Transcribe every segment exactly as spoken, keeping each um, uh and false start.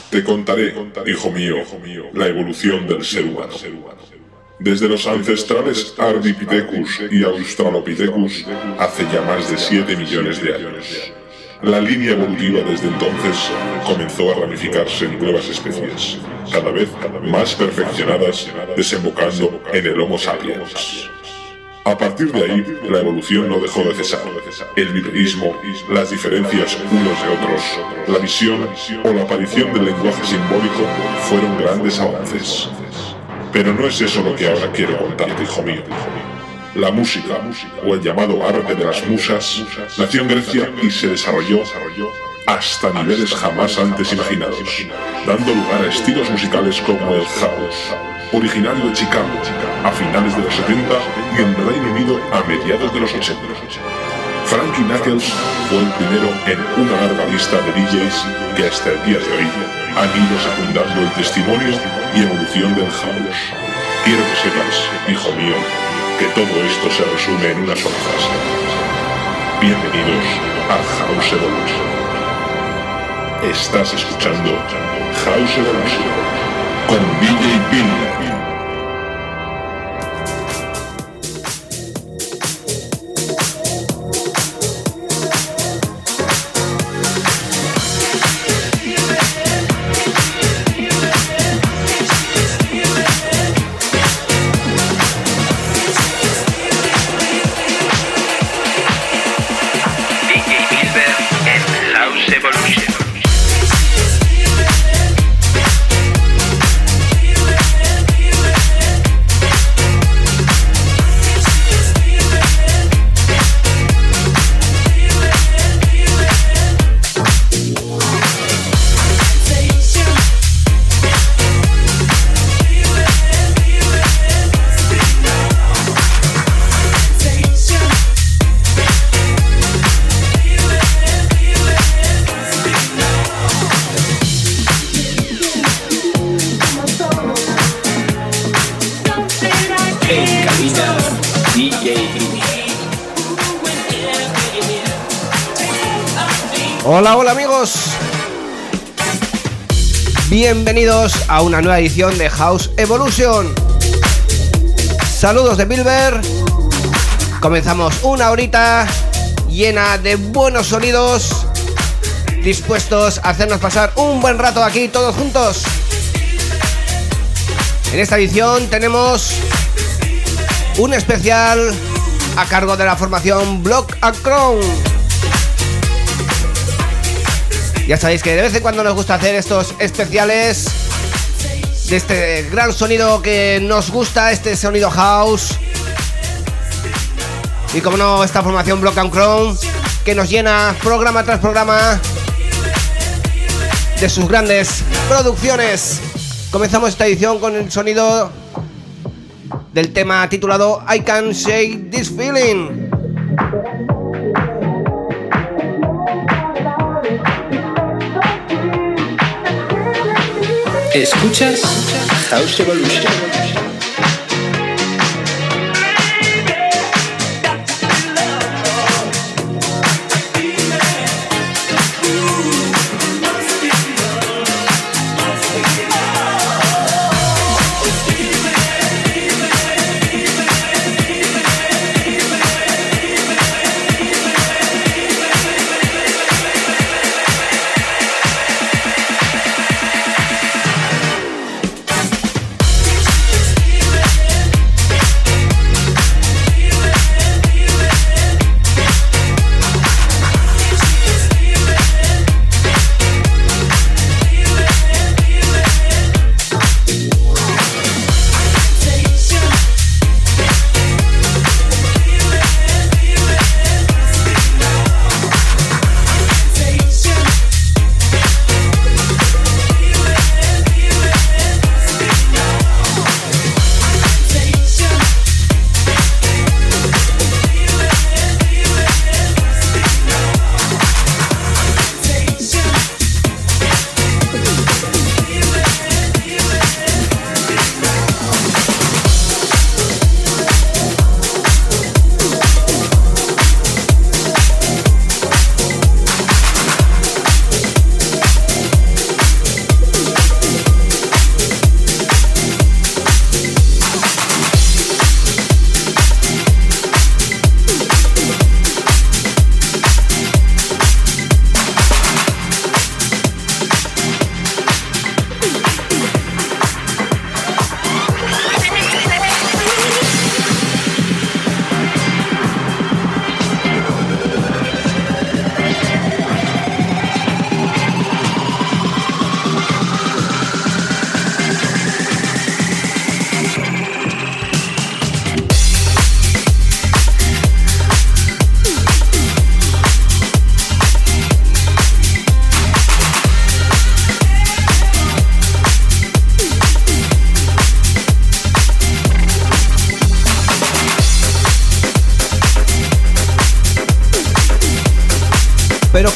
Te contaré, hijo mío, la evolución del ser humano. Desde los ancestrales Ardipithecus y Australopithecus hace ya más de siete millones de años. La línea evolutiva desde entonces comenzó a ramificarse en nuevas especies, cada vez más perfeccionadas, desembocando en el Homo sapiens. A partir de ahí, la evolución no dejó de cesar. El bipedismo, las diferencias unos de otros, la visión o la aparición del lenguaje simbólico fueron grandes avances. Pero no es eso lo que ahora quiero contarte, hijo mío. La música, o el llamado arte de las musas, nació en Grecia y se desarrolló hasta niveles jamás antes imaginados, dando lugar a estilos musicales como el house, originario de Chicago a finales de los setenta y en Reino Unido a mediados de los ochenta. Frankie Knuckles fue el primero en una larga lista de D Js que hasta el día de hoy han ido secundando el testimonio y evolución del house. Quiero que sepas, hijo mío, que todo esto se resume en una sola frase. Bienvenidos a House Evolution. Estás escuchando House Evolution con D J Bill. Hola, hola amigos, bienvenidos a una nueva edición de House Evolution. Saludos de Bilber. Comenzamos una horita llena de buenos sonidos, dispuestos a hacernos pasar un buen rato aquí todos juntos. En esta edición tenemos un especial a cargo de la formación Block and Crown. Ya sabéis que de vez en cuando nos gusta hacer estos especiales de este gran sonido que nos gusta, este sonido house. Y como no, esta formación Block and Crown que nos llena programa tras programa de sus grandes producciones. Comenzamos esta edición con el sonido del tema titulado I Can't Shake This Feeling. Escuchas House Evolution.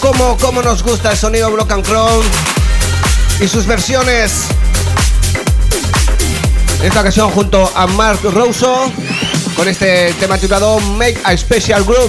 Como, como nos gusta el sonido Block and Crown y sus versiones. En esta ocasión junto a Mark Russo con este tema titulado Make a Special Groove.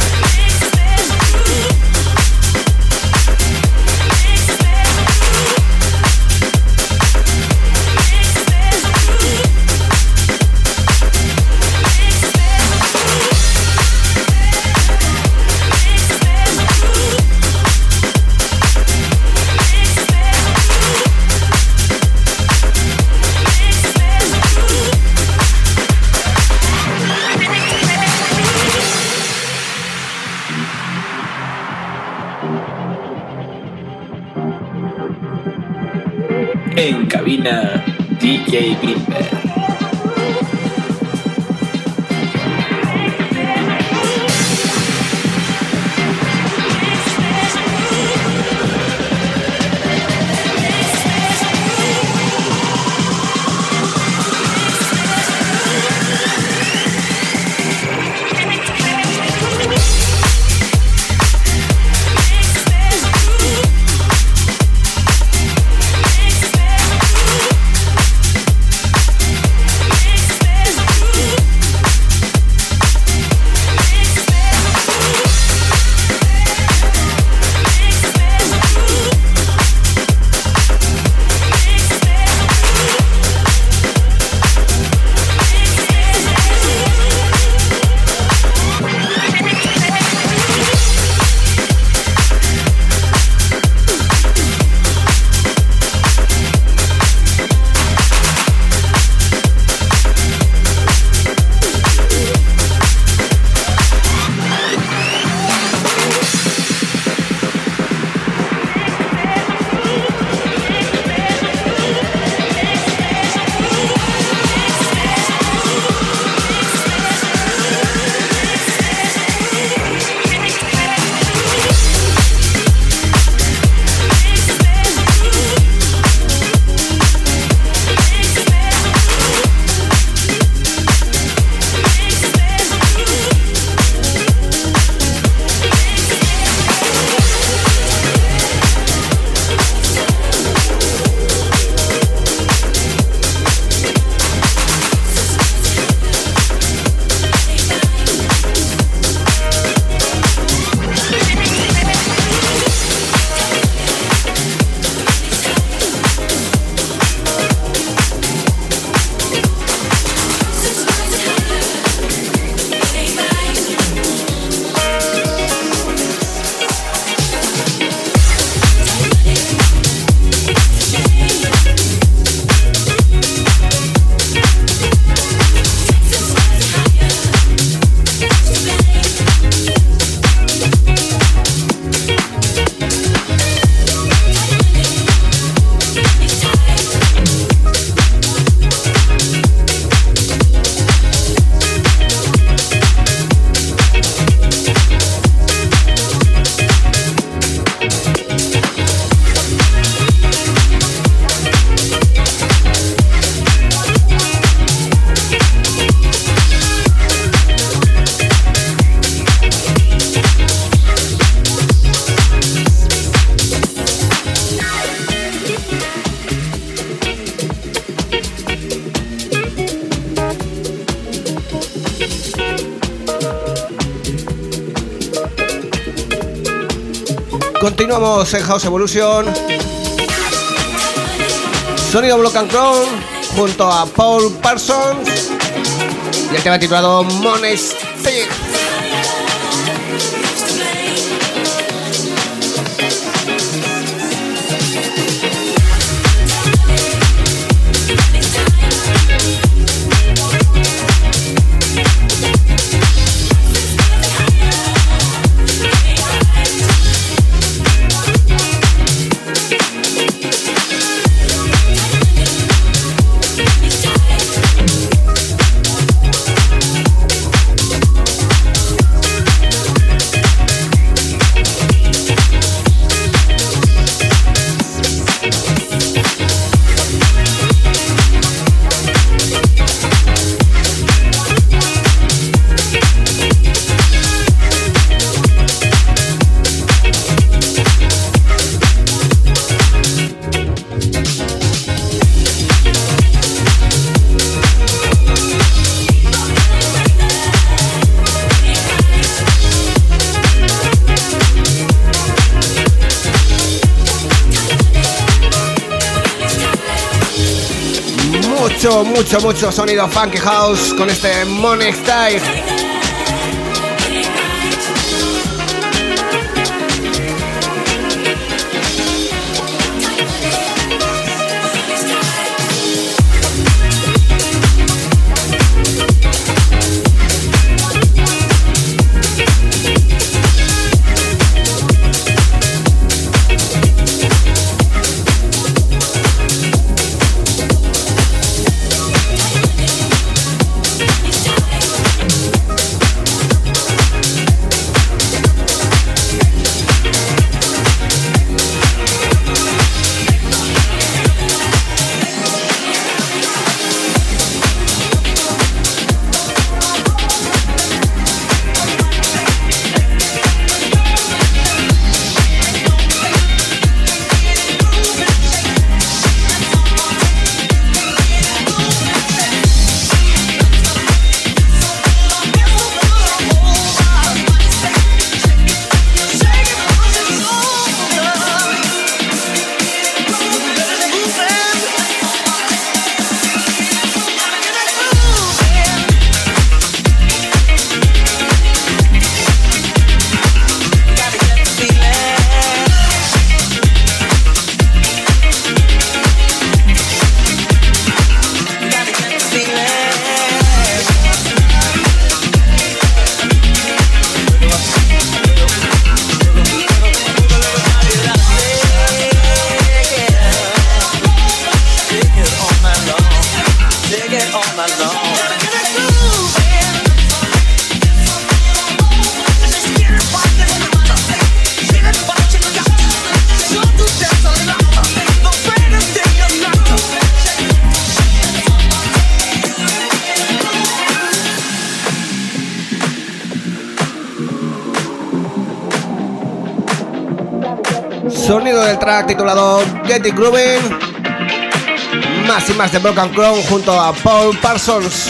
En cabina, D J Bilber. Continuamos en House Evolution. Sonido Block and Crown junto a Paul Parsons y el tema titulado Monastic. Mucho, mucho, mucho sonido funky house con este Money Style. Sonido del track titulado Get It Groovin'. Más y más de Broken Crown junto a Paul Parsons.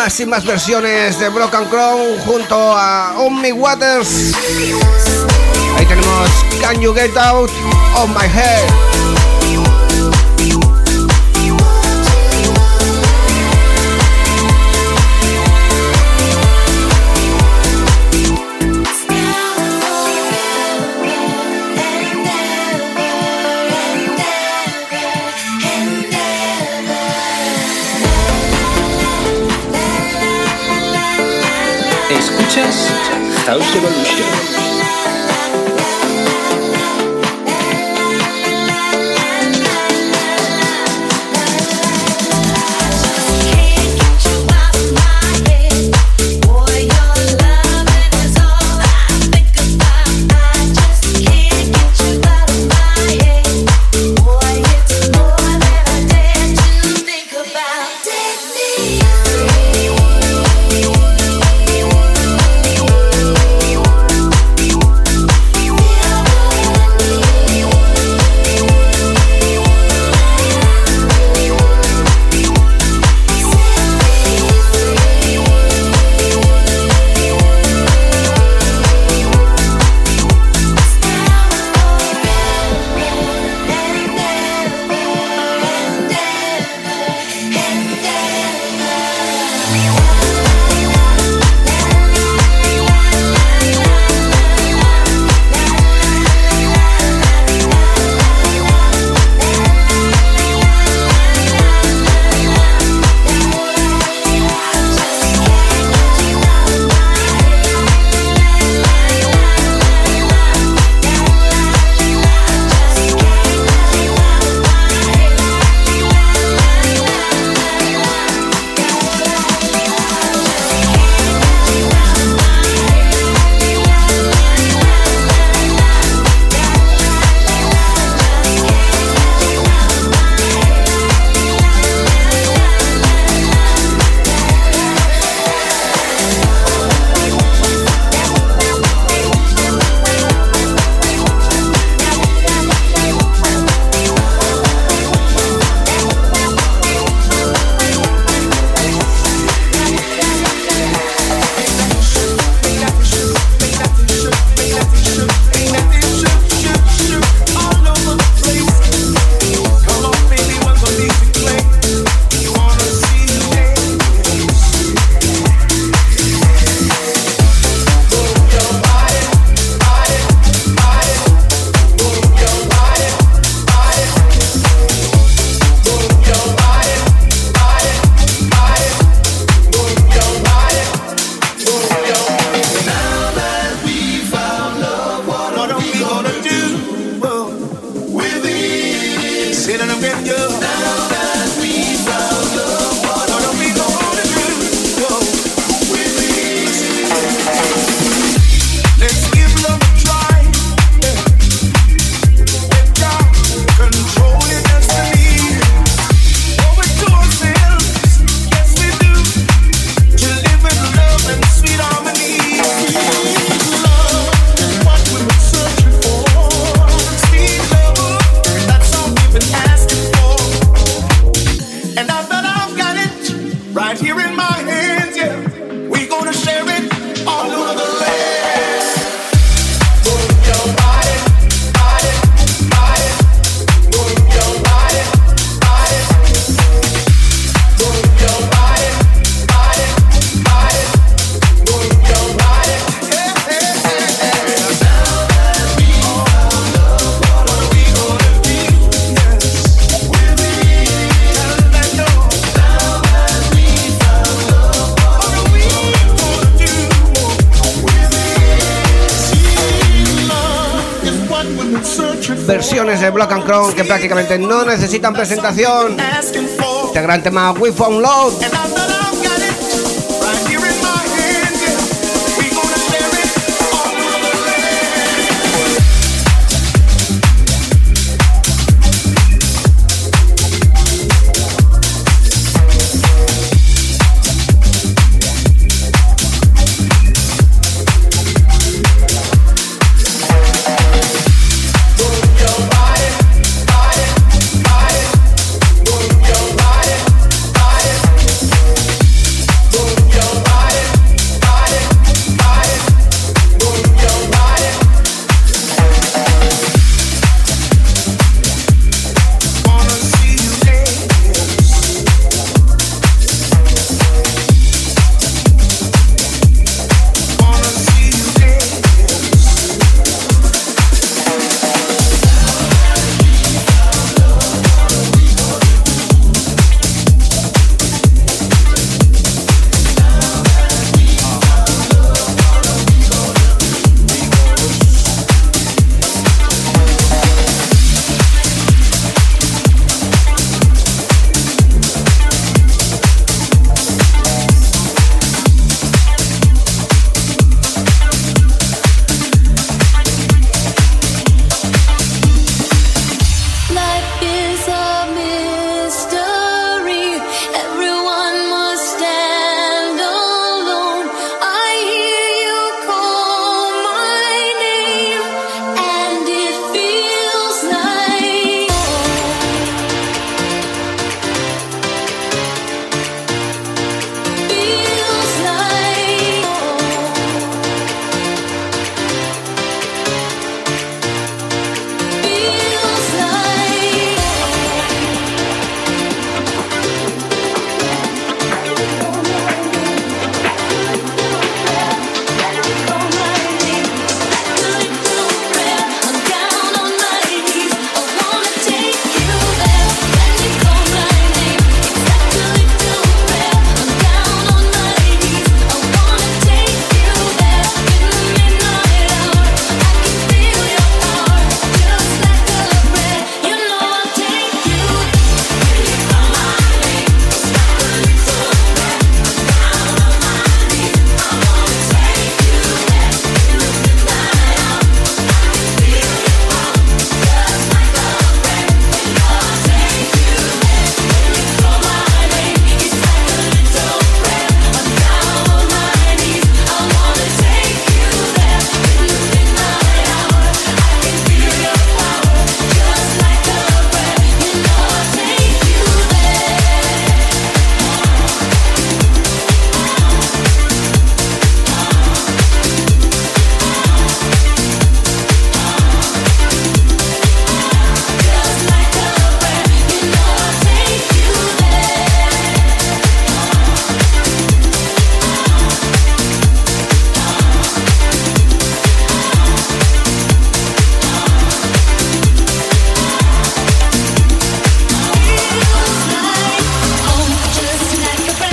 Más y más versiones de Brock and Crown junto a Omni Waters. Ahí tenemos Can You Get Out of My Head. Escuchas House Evolution. Versiones de Brock and Crown que prácticamente no necesitan presentación. Este gran tema We Found Love.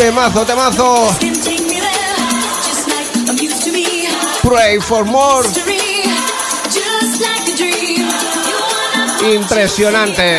Temazo, temazo. Pray for more. Impresionante.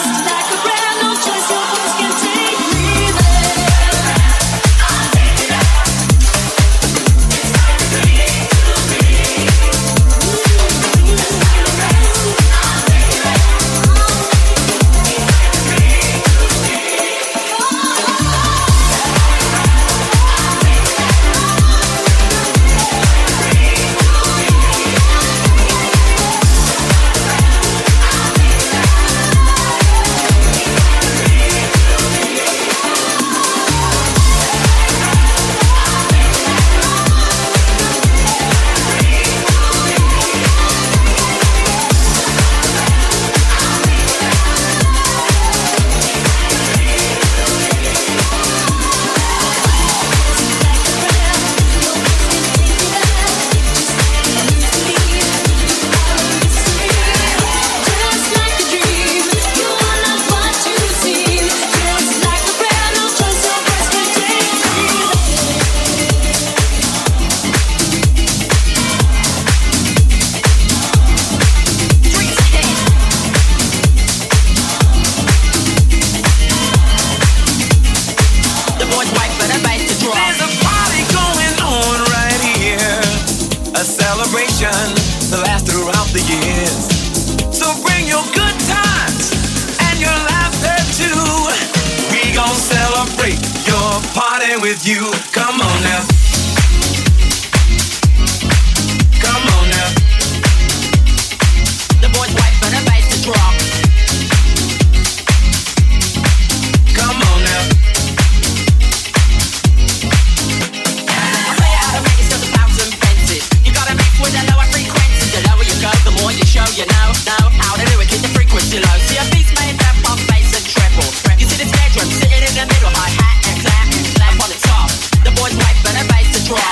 With you, come on now. Come on now. The boys wait for the bass to drop. Come on now. I play it out of make yourself a thousand fences. You gotta mix with the lower frequencies. The lower you go, the more you show you know, know how to do it. Keep the frequency low. See a beat's made that pop, bass and treble. You see the snare drum sitting in the middle, hi hat and clap, clap on the top. The boys wait for the bass to drop.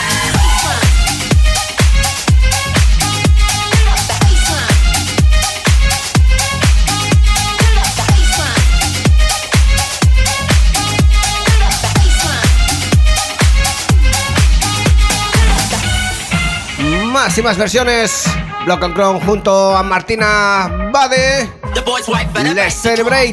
Más y más versiones. Block and Crown junto a Martina Bade. Let's celebrate.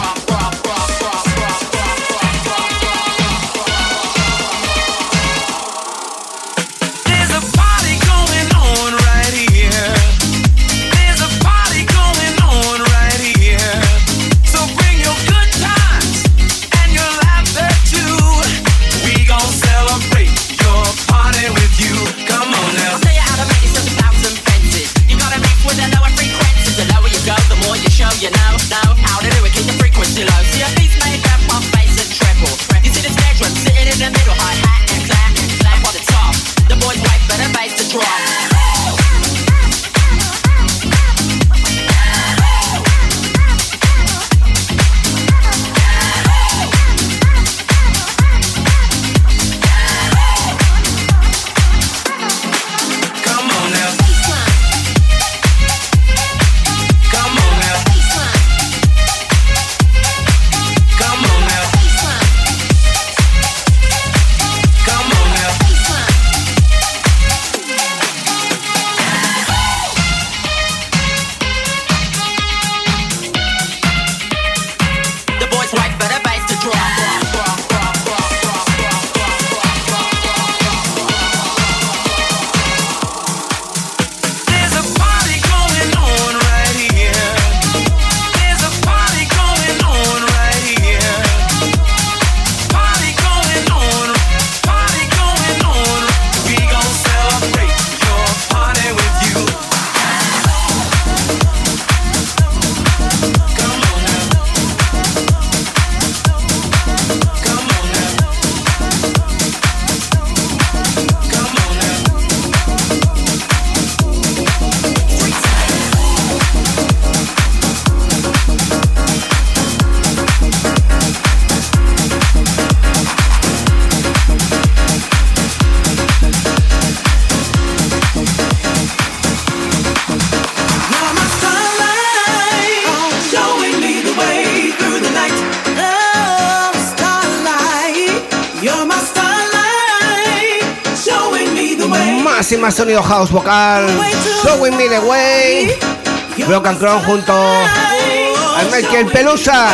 You know, know how to do it, keep the frequency low. See a beat's made up of bass and treble. You see the snare drum sitting in the middle, hi hat and clap, clap on the top. The boys wait for the bass to drop. Más y más sonido house vocal. Showing Me The Way. Broken Crown junto a Michael Pelusa.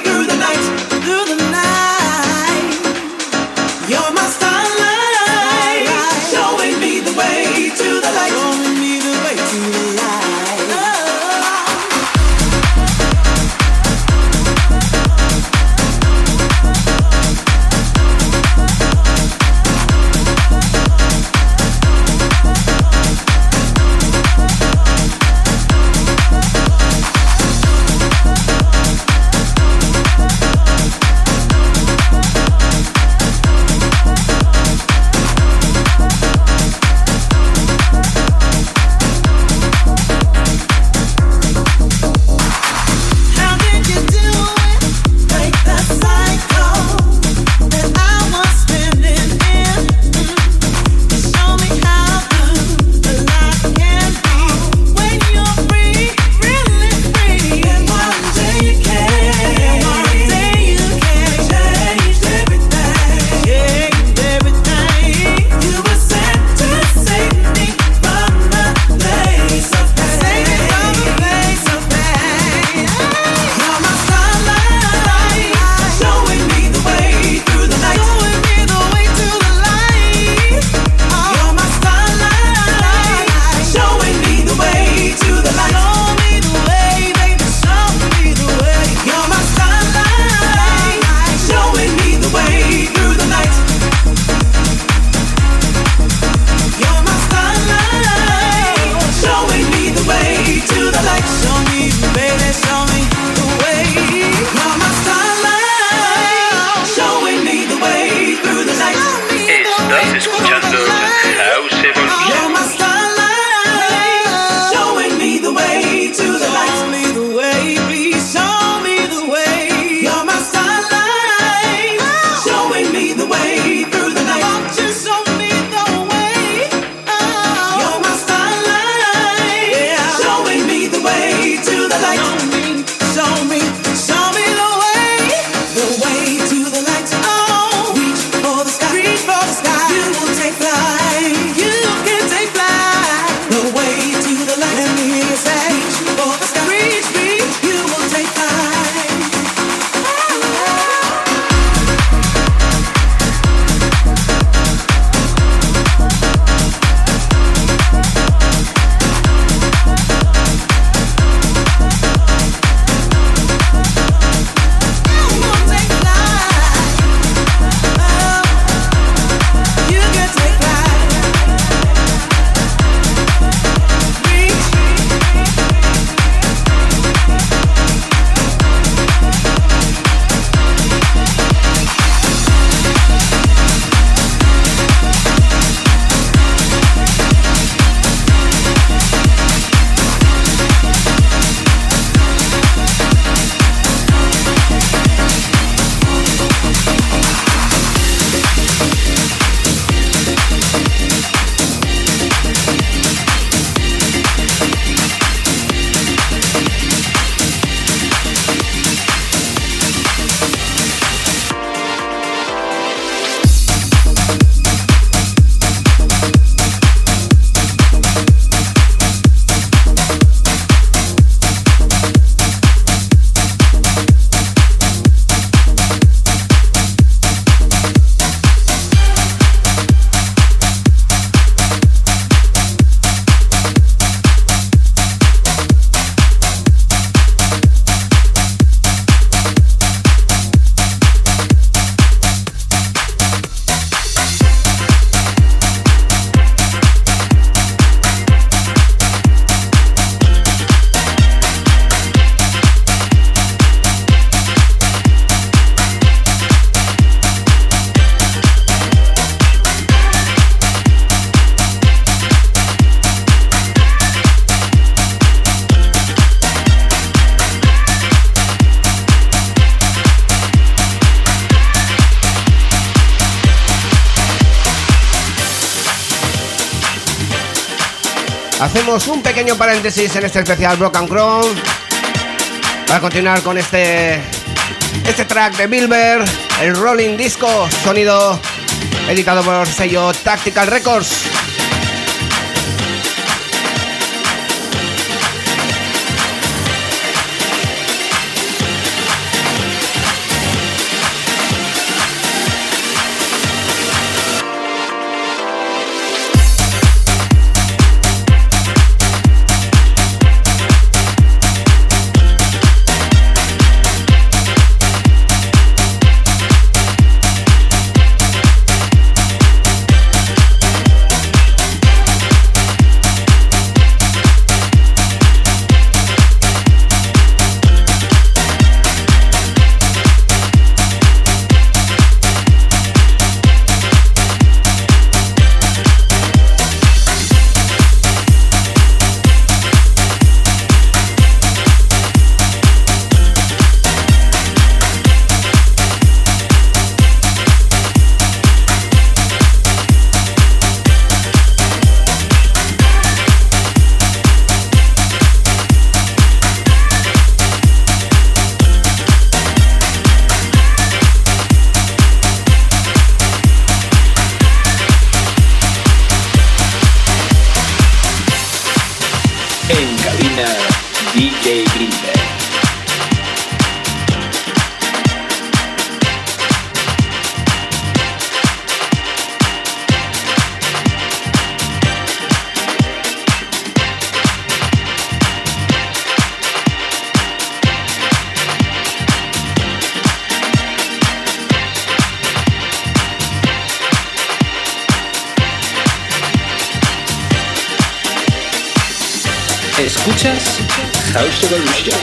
Hacemos un pequeño paréntesis en este especial Broken Crown para continuar con este este track de Bilber el Rolling Disco, sonido editado por el sello Tactical Records. Escuchas House Evolution.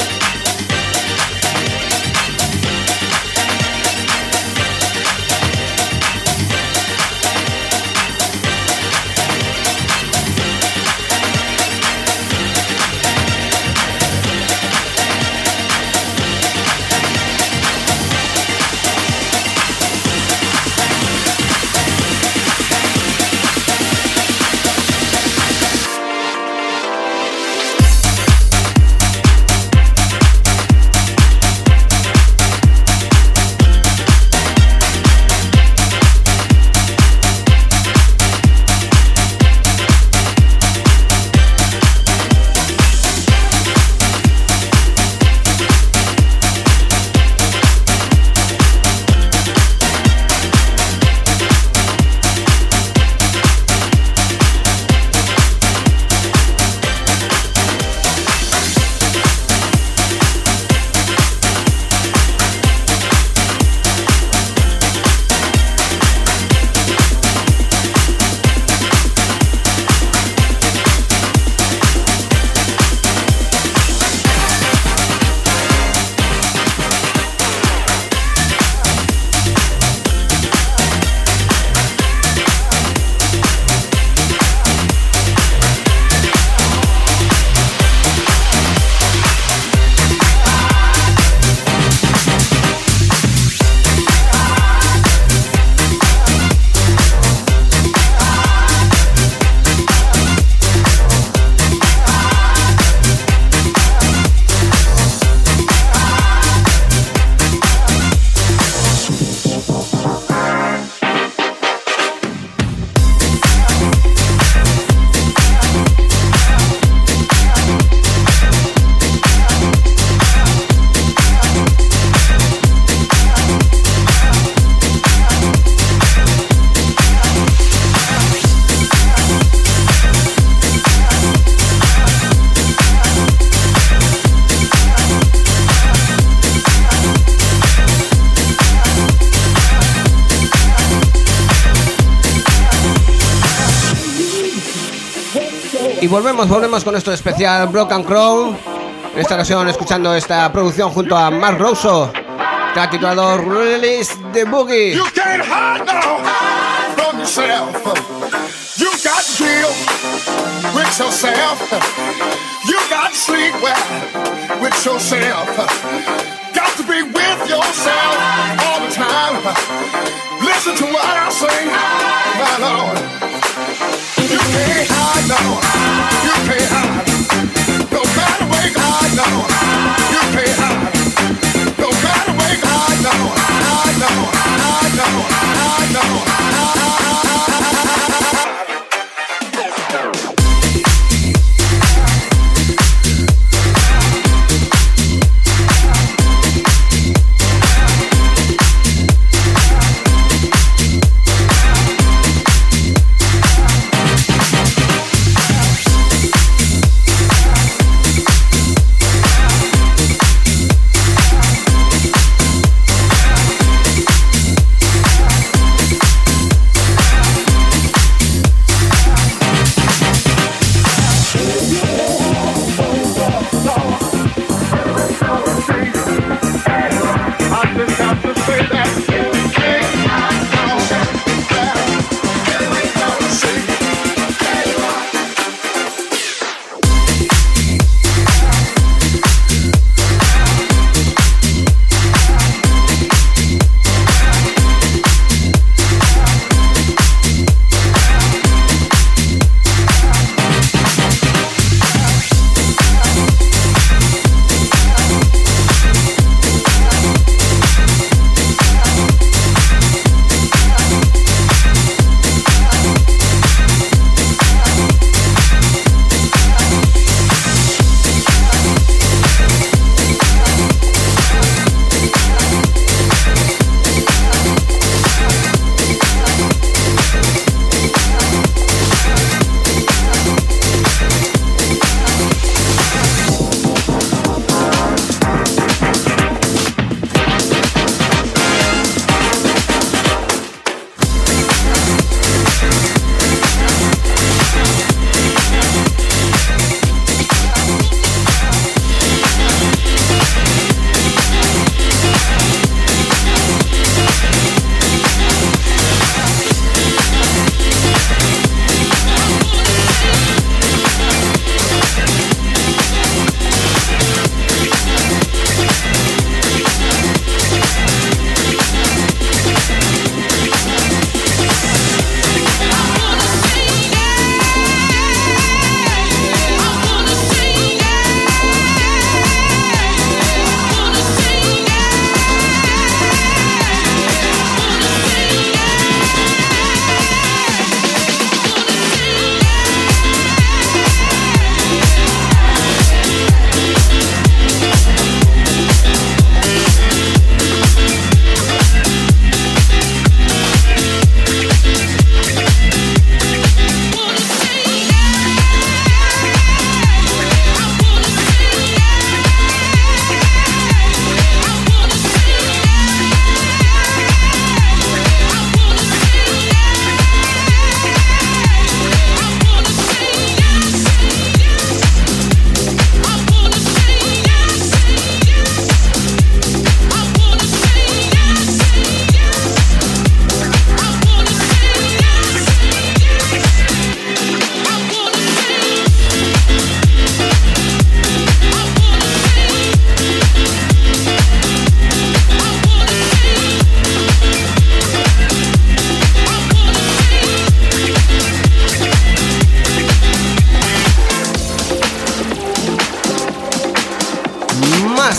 Y volvemos, volvemos con nuestro especial Broken Crown. En esta ocasión escuchando esta producción junto a Mark Russo, track titulado Release the Boogie. You can't hide now from yourself. You got to deal with yourself. You got to sleep well with yourself. Got to be with yourself all the time. Listen to what I say, my Lord. You can't hide, no. You can't hide. No matter where you hide, no. You can't hide. No matter where you hide, no. Hide, no.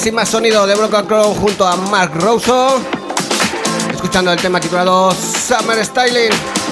y más sonido de Broken Crow junto a Mark Rosso, escuchando el tema titulado Summer Styling.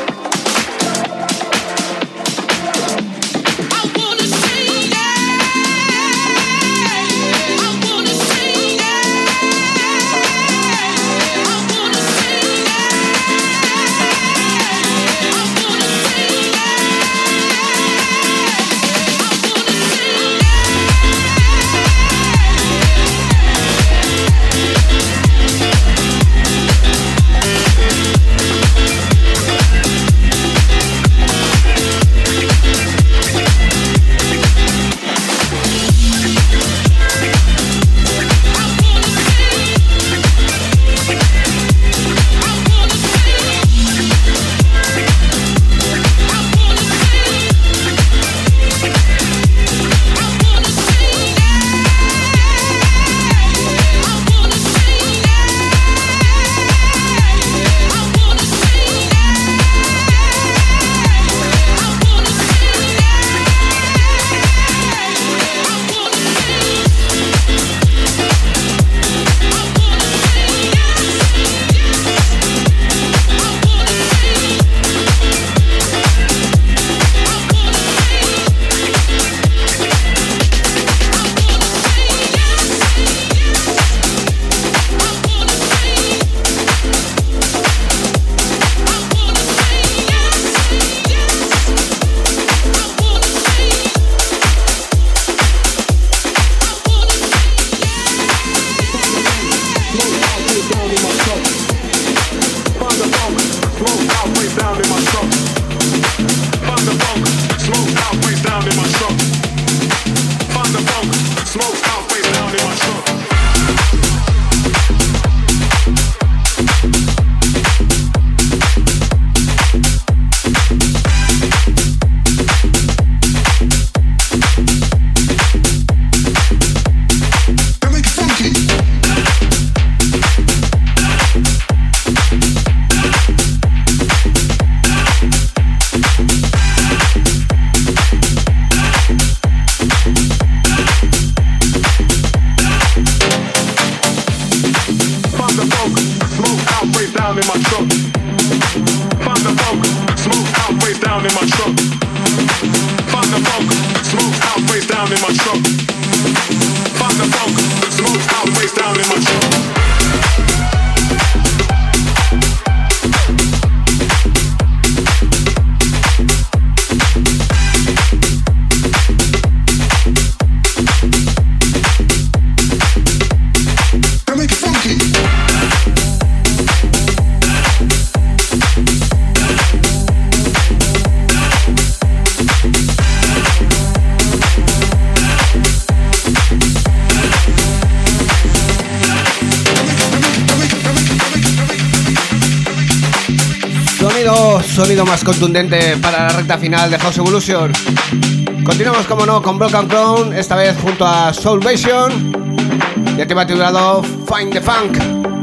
Sonido más contundente para la recta final de House Evolution. Continuamos, como no, con Broken Crown, esta vez junto a Soulvation, y el tema titulado Find the Funk.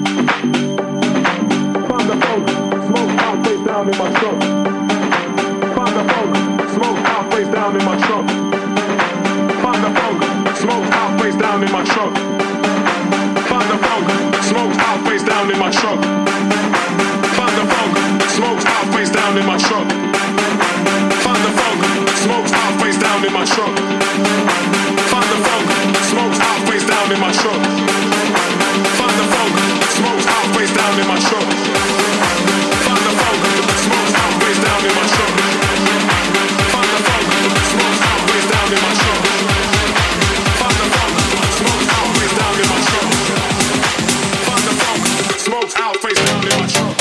Smokes out face down in my truck. Find the funk. Smokes out face down in my truck. Find the funk. Smokes out face down in my truck. Find the funk. Smokes out face down in my truck. Find the funk. Smokes out face down in my truck. Find the funk. Smokes out face down in my truck. Find the funk. Smokes out face down in my truck. Find the funk. Smokes out face down in my truck.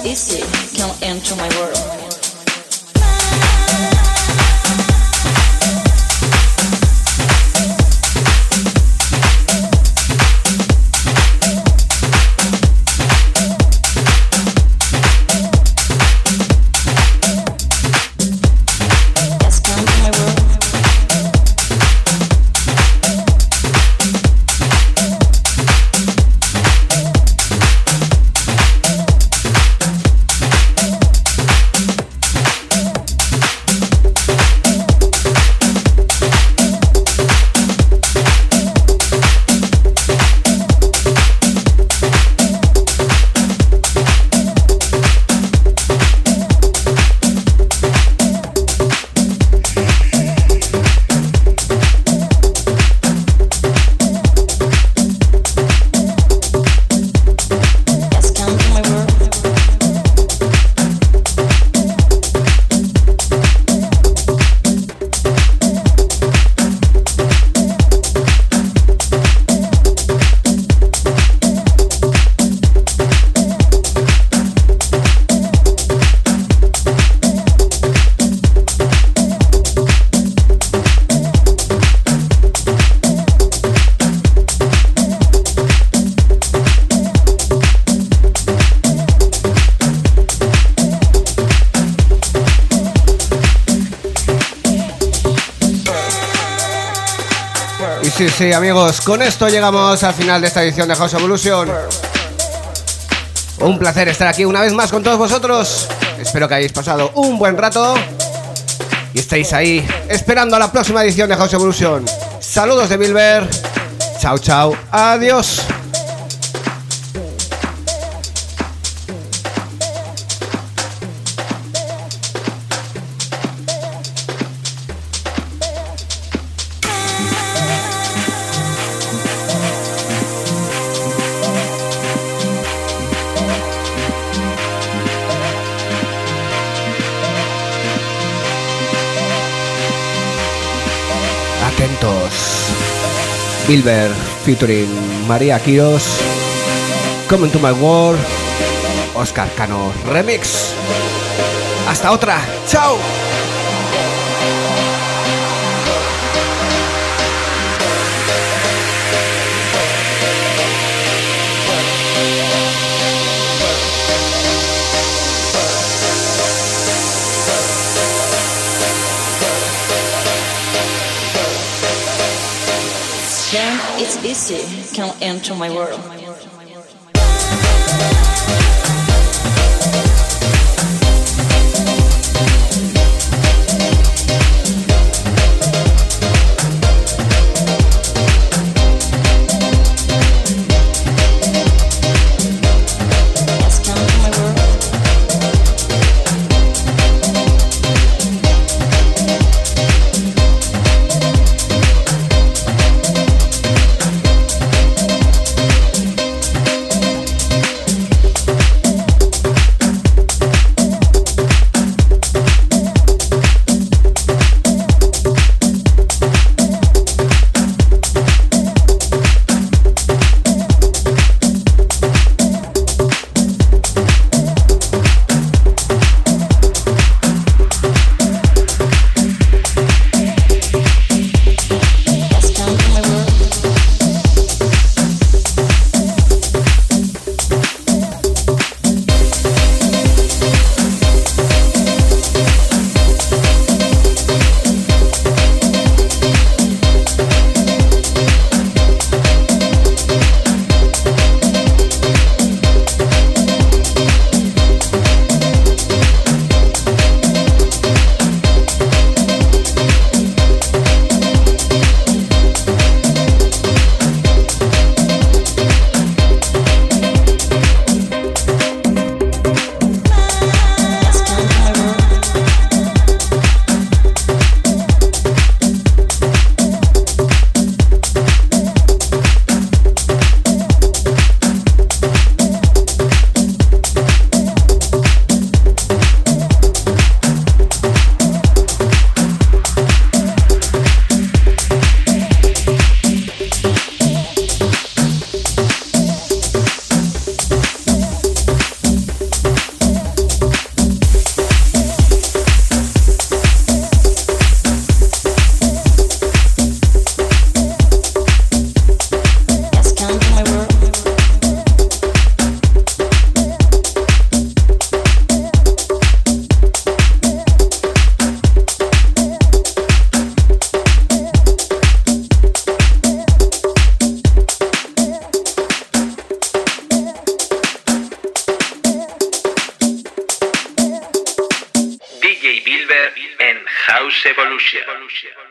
easy, come enter my world. Sí, sí, amigos, con esto llegamos al final de esta edición de House Evolution. Un placer estar aquí una vez más con todos vosotros. Espero que hayáis pasado un buen rato y estéis ahí esperando a la próxima edición de House Evolution. Saludos de Bilber. Chao, chao. Adiós. Bilber featuring María Quiros, Come to My World, Oscar Cano Remix. Hasta otra, chao. It's easy, come enter my world. Evolution.